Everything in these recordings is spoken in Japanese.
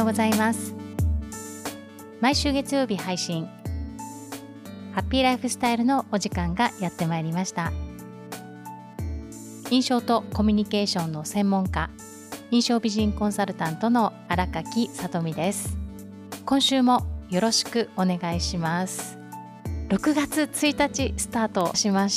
うございます。毎週月曜日配信、ハッピーライフスタイルのお時間がやってまいりました。印象とコミュニケーションの専門家、印象美人コンサルタントの荒垣さとみです。今週もよろしくお願いします。6月1日スタートしました。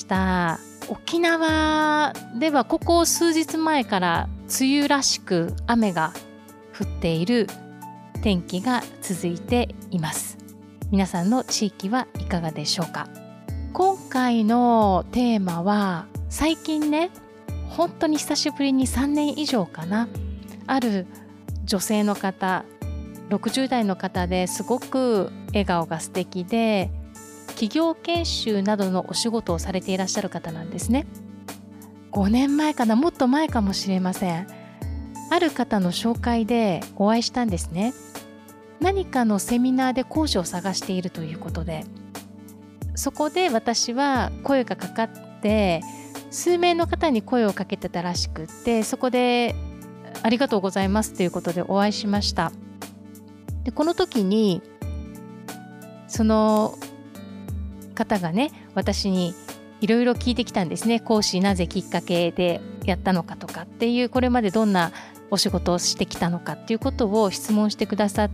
沖縄ではここ数日前から梅雨らしく雨が降っている天気が続いています。皆さんの地域はいかがでしょうか。今回のテーマは、最近ね、本当に久しぶりに3年以上かな、ある女性の方、60代の方ですごく笑顔が素敵で、企業研修などのお仕事をされていらっしゃる方なんですね。5年前かな、もっと前かもしれません。ある方の紹介でお会いしたんですね。何かのセミナーで講師を探しているということで、そこで私は声がかかって、数名の方に声をかけてたらしくって、そこでありがとうございますということでお会いしました。で、この時にその方がね、私にいろいろ聞いてきたんですね。講師なぜきっかけでやったのかとかっていう、これまでどんなお仕事をしてきたのかっていうことを質問してくださって、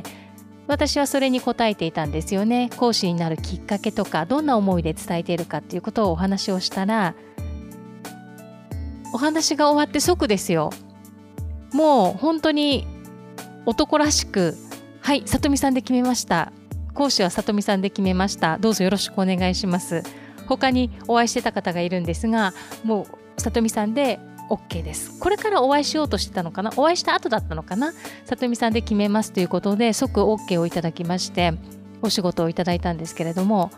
私はそれに答えていたんですよね。講師になるきっかけとか、どんな思いで伝えているかっていうことをお話をしたら、お話が終わって即ですよ。もう本当に男らしく、はい、さとみさんで決めました。講師はさとみさんで決めました。どうぞよろしくお願いします。他にお会いしてた方がいるんですが、もうさとみさんで OK です。これからお会いしようとしてたのかな、お会いした後だったのかな、さとみさんで決めますということで即 OK をいただきまして、お仕事をいただいたんですけれども、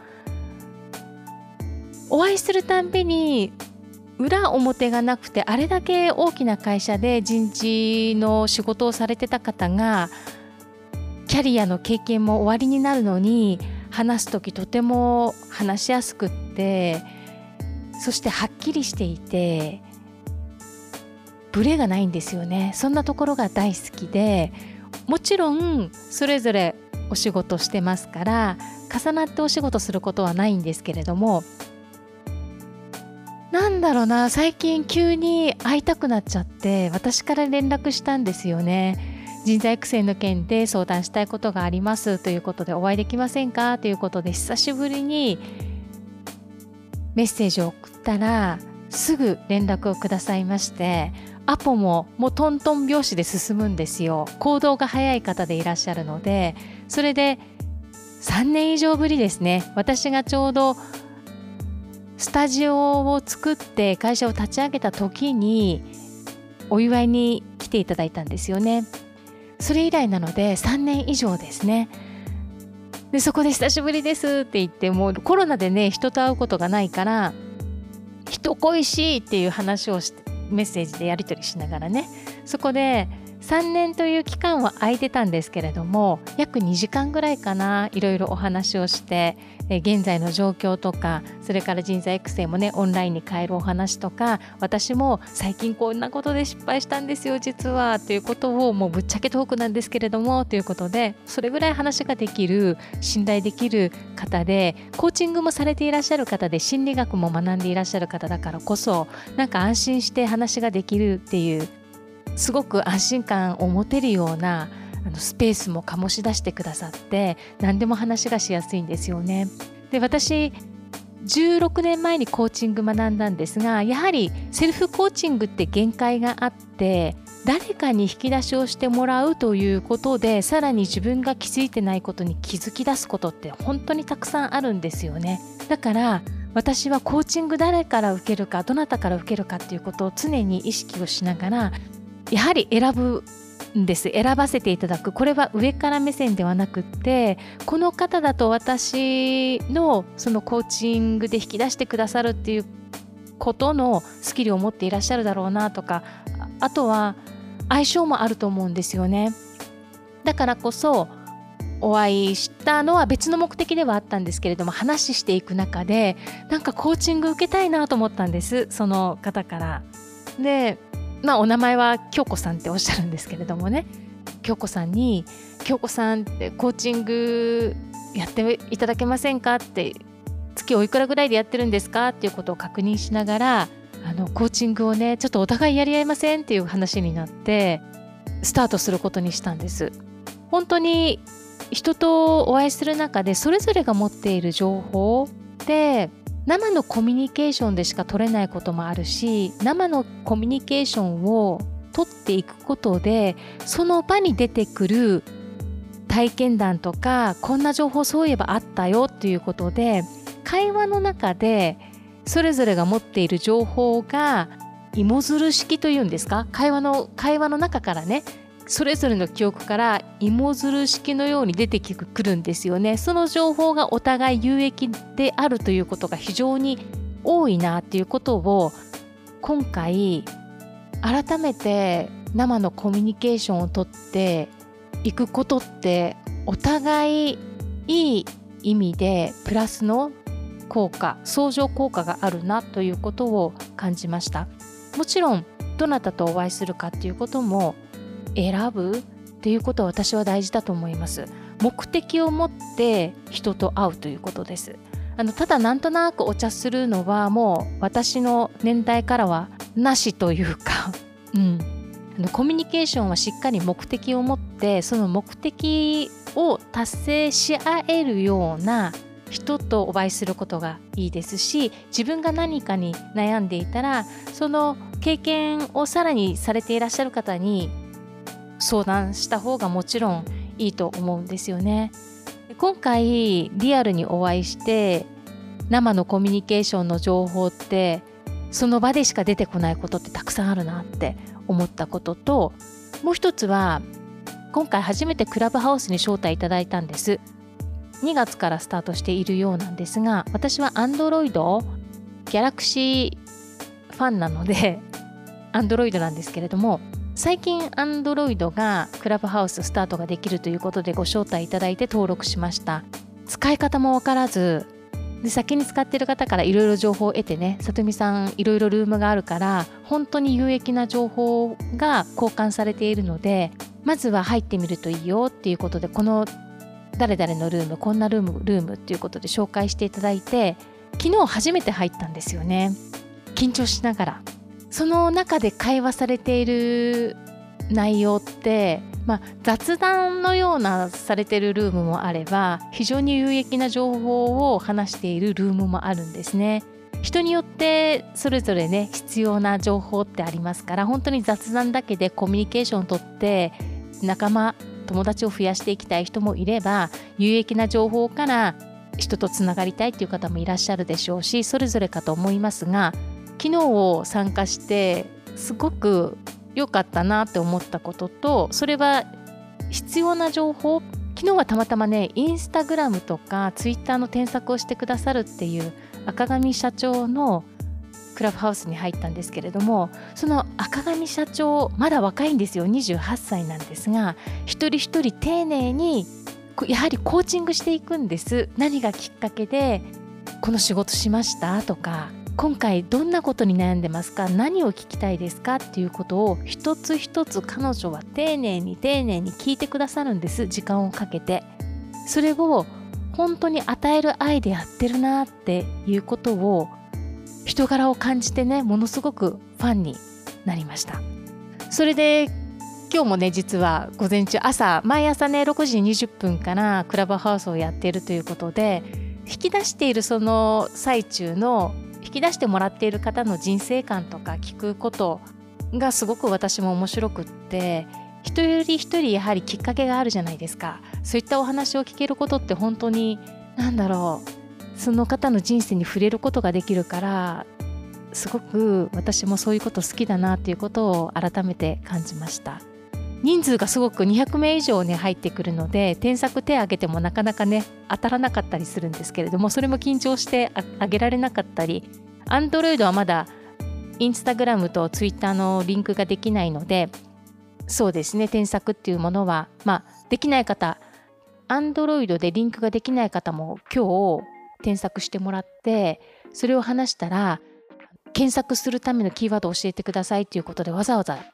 お会いするたんびに裏表がなくて、あれだけ大きな会社で人事の仕事をされてた方が、キャリアの経験も終わりになるのに、話すときとても話しやすくって、そしてはっきりしていて、ブレがないんですよね。そんなところが大好きで、もちろんそれぞれお仕事してますから、重なってお仕事することはないんですけれども、なんだろうな、最近急に会いたくなっちゃって、私から連絡したんですよね。人材育成の件で相談したいことがありますということで、お会いできませんかということで、久しぶりにメッセージを送ったらすぐ連絡をくださいまして、アポももうトントン拍子で進むんですよ。行動が早い方でいらっしゃるので、それで3年以上ぶりですね。私がちょうどスタジオを作って会社を立ち上げた時にお祝いに来ていただいたんですよね。それ以来なので3年以上ですね。で、そこで久しぶりですって言って、もうコロナでね、人と会うことがないから人恋しいっていう話をしてメッセージでやり取りしながらね、そこで3年という期間は空いてたんですけれども、約2時間ぐらいかな、いろいろお話をして、現在の状況とか、それから人材育成もね、オンラインに変えるお話とか、私も最近こんなことで失敗したんですよ実はということを、もうぶっちゃけトークなんですけれどもということで、それぐらい話ができる、信頼できる方で、コーチングもされていらっしゃる方で、心理学も学んでいらっしゃる方だからこそ、なんか安心して話ができるっていう、すごく安心感を持てるようなスペースも醸し出してくださって、何でも話がしやすいんですよね。で、私16年前にコーチング学んだんですが、やはりセルフコーチングって限界があって、誰かに引き出しをしてもらうということで、さらに自分が気づいてないことに気づき出すことって本当にたくさんあるんですよね。だから私はコーチング誰から受けるか、どなたから受けるかっていうことを常に意識をしながら、やはり選ぶんです。選ばせていただく。これは上から目線ではなくって、この方だと私のそのコーチングで引き出してくださるっていうことのスキルを持っていらっしゃるだろうなとか、あとは相性もあると思うんですよね。だからこそお会いしたのは別の目的ではあったんですけれども、話していく中でなんかコーチング受けたいなと思ったんです、その方から。で、お名前は京子さんっておっしゃるんですけれどもね、 京子さんに京子さんってコーチングやっていただけませんかって、月おいくらぐらいでやってるんですかっていうことを確認しながら、コーチングをねちょっとお互いやり合いませんっていう話になってスタートすることにしたんです。本当に人とお会いする中でそれぞれが持っている情報って生のコミュニケーションでしか取れないこともあるし、生のコミュニケーションを取っていくことでその場に出てくる体験談とか、こんな情報そういえばあったよっていうことで、会話の中でそれぞれが持っている情報が芋づる式というんですか、会話の中からね、それぞれの記憶から芋づる式のように出てくるんですよね。その情報がお互い有益であるということが非常に多いなっていうことを今回改めて生のコミュニケーションをとっていくことってお互いいい意味でプラスの効果、相乗効果があるなということを感じました。もちろんどなたとお会いするかっていうことも選ぶっていうことは私は大事だと思います。目的を持って人と会うということです。ただなんとなくお茶するのはもう私の年代からはなしというか、コミュニケーションはしっかり目的を持って、その目的を達成し合えるような人とお会いすることがいいですし、自分が何かに悩んでいたらその経験をさらにされていらっしゃる方に相談した方がもちろんいいと思うんですよね。今回リアルにお会いして生のコミュニケーションの情報ってその場でしか出てこないことってたくさんあるなって思ったことと、もう一つは今回初めてクラブハウスに招待いただいたんです。2月からスタートしているようなんですが、私は Android Galaxy ファンなので Android なんですけれども、最近 Android がクラブハウススタートができるということでご招待いただいて登録しました。使い方も分からずで、先に使っている方からいろいろ情報を得てね、さとみさんいろいろルームがあるから本当に有益な情報が交換されているので、まずは入ってみるといいよっていうことで、この誰々のルーム、こんなルームっていうことで紹介していただいて、昨日初めて入ったんですよね。緊張しながら。その中で会話されている内容って、雑談のようなされているルームもあれば、非常に有益な情報を話しているルームもあるんですね。人によってそれぞれね必要な情報ってありますから、本当に雑談だけでコミュニケーションをとって友達を増やしていきたい人もいれば、有益な情報から人とつながりたいっていう方もいらっしゃるでしょうし、それぞれかと思いますが、昨日参加してすごく良かったなって思ったことと、それは必要な情報、昨日はたまたまねインスタグラムとかツイッターの添削をしてくださるっていう赤上社長のクラブハウスに入ったんですけれども、その赤上社長まだ若いんですよ。28歳なんですが、一人一人丁寧にやはりコーチングしていくんです。何がきっかけでこの仕事しましたとか、今回どんなことに悩んでますか、何を聞きたいですかっていうことを一つ一つ彼女は丁寧に聞いてくださるんです。時間をかけて。それを本当に与える愛でやってるなっていうことを、人柄を感じてね、ものすごくファンになりました。それで今日もね、実は午前中毎朝ね6時20分からクラブハウスをやっているということで、引き出しているその最中の引き出してもらっている方の人生観とか聞くことがすごく私も面白くって、一人一人やはりきっかけがあるじゃないですか。そういったお話を聞けることって本当にその方の人生に触れることができるから、すごく私もそういうこと好きだなっていうことを改めて感じました。人数がすごく200名以上ね入ってくるので、添削手を挙げてもなかなかね当たらなかったりするんですけれども、それも緊張して挙げられなかったり、Android はまだインスタグラムとツイッターのリンクができないので、そうですね、添削っていうものはできない方、Android でリンクができない方も今日添削してもらって、それを話したら検索するためのキーワードを教えてくださいということでわざわざ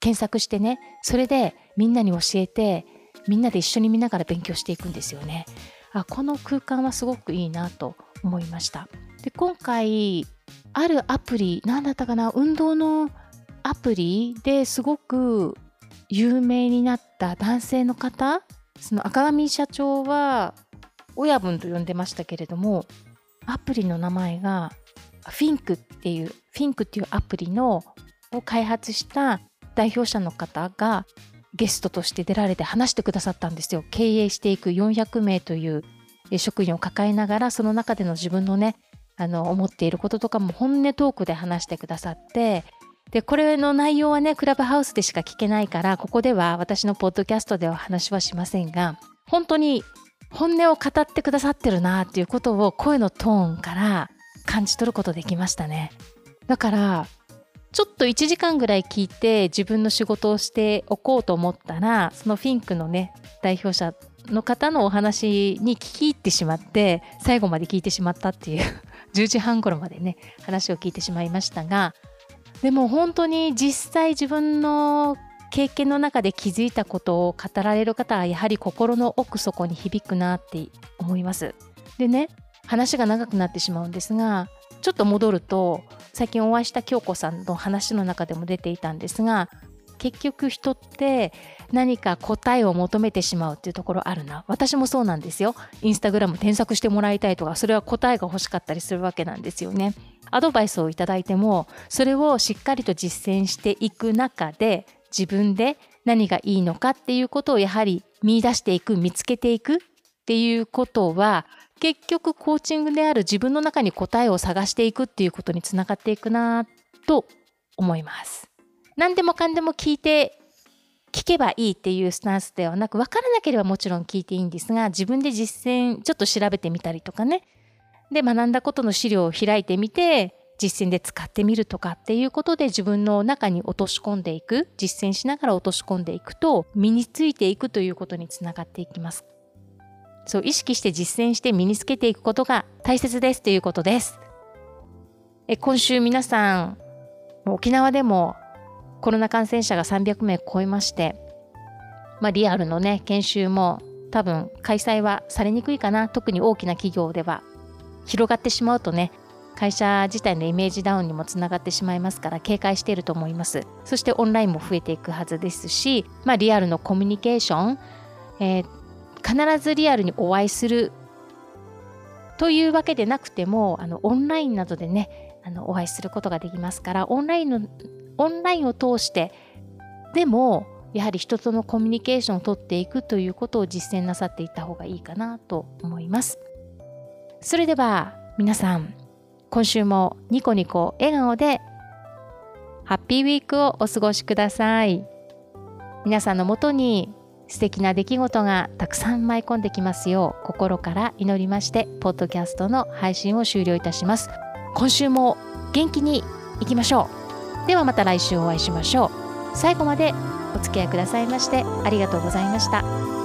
検索してね、それでみんなに教えて、みんなで一緒に見ながら勉強していくんですよね。この空間はすごくいいなと思いました。で、今回あるアプリ、なんだったかな、運動のアプリですごく有名になった男性の方、その赤上社長は親分と呼んでましたけれども、アプリの名前がフィンクっていうアプリを開発した代表者の方がゲストとして出られて話してくださったんですよ。経営していく400名という職員を抱えながら、その中での自分のね、思っていることとかも本音トークで話してくださって、でこれの内容はねクラブハウスでしか聞けないから、ここでは私のポッドキャストでは話はしませんが、本当に本音を語ってくださってるなっていうことを声のトーンから感じ取ることできましたね。だからちょっと1時間ぐらい聞いて自分の仕事をしておこうと思ったら、そのフィンクのね代表者の方のお話に聞き入ってしまって、最後まで聞いてしまったっていう10時半頃までね話を聞いてしまいましたが、でも本当に実際自分の経験の中で気づいたことを語られる方はやはり心の奥底に響くなって思います。でね、話が長くなってしまうんですが、ちょっと戻ると、最近お会いした京子さんの話の中でも出ていたんですが、結局人って何か答えを求めてしまうっていうところあるな。私もそうなんですよ。インスタグラム添削してもらいたいとか、それは答えが欲しかったりするわけなんですよね。アドバイスをいただいても、それをしっかりと実践していく中で、自分で何がいいのかっていうことをやはり見出していく、見つけていくっていうことは、結局コーチングである自分の中に答えを探していくっていうことにつながっていくなと思います。何でもかんでも聞けばいいっていうスタンスではなく、分からなければもちろん聞いていいんですが、自分で実践ちょっと調べてみたりとかね、で学んだことの資料を開いてみて実践で使ってみるとかっていうことで自分の中に落とし込んでいく、実践しながら落とし込んでいくと身についていくということにつながっていきます。そう意識して実践して身につけていくことが大切ですということです。今週皆さん沖縄でもコロナ感染者が300名超えまして、リアルのね研修も多分開催はされにくいかな。特に大きな企業では広がってしまうとね、会社自体のイメージダウンにもつながってしまいますから、警戒していると思います。そしてオンラインも増えていくはずですし、リアルのコミュニケーション、必ずリアルにお会いするというわけでなくても、オンラインなどでねお会いすることができますから、オンラインを通してでもやはり人とのコミュニケーションを取っていくということを実践なさっていった方がいいかなと思います。それでは皆さん、今週もニコニコ笑顔でハッピーウィークをお過ごしください。皆さんのもとに素敵な出来事がたくさん舞い込んできますよう心から祈りまして、ポッドキャストの配信を終了いたします。今週も元気にいきましょう。ではまた来週お会いしましょう。最後までお付き合いくださいましてありがとうございました。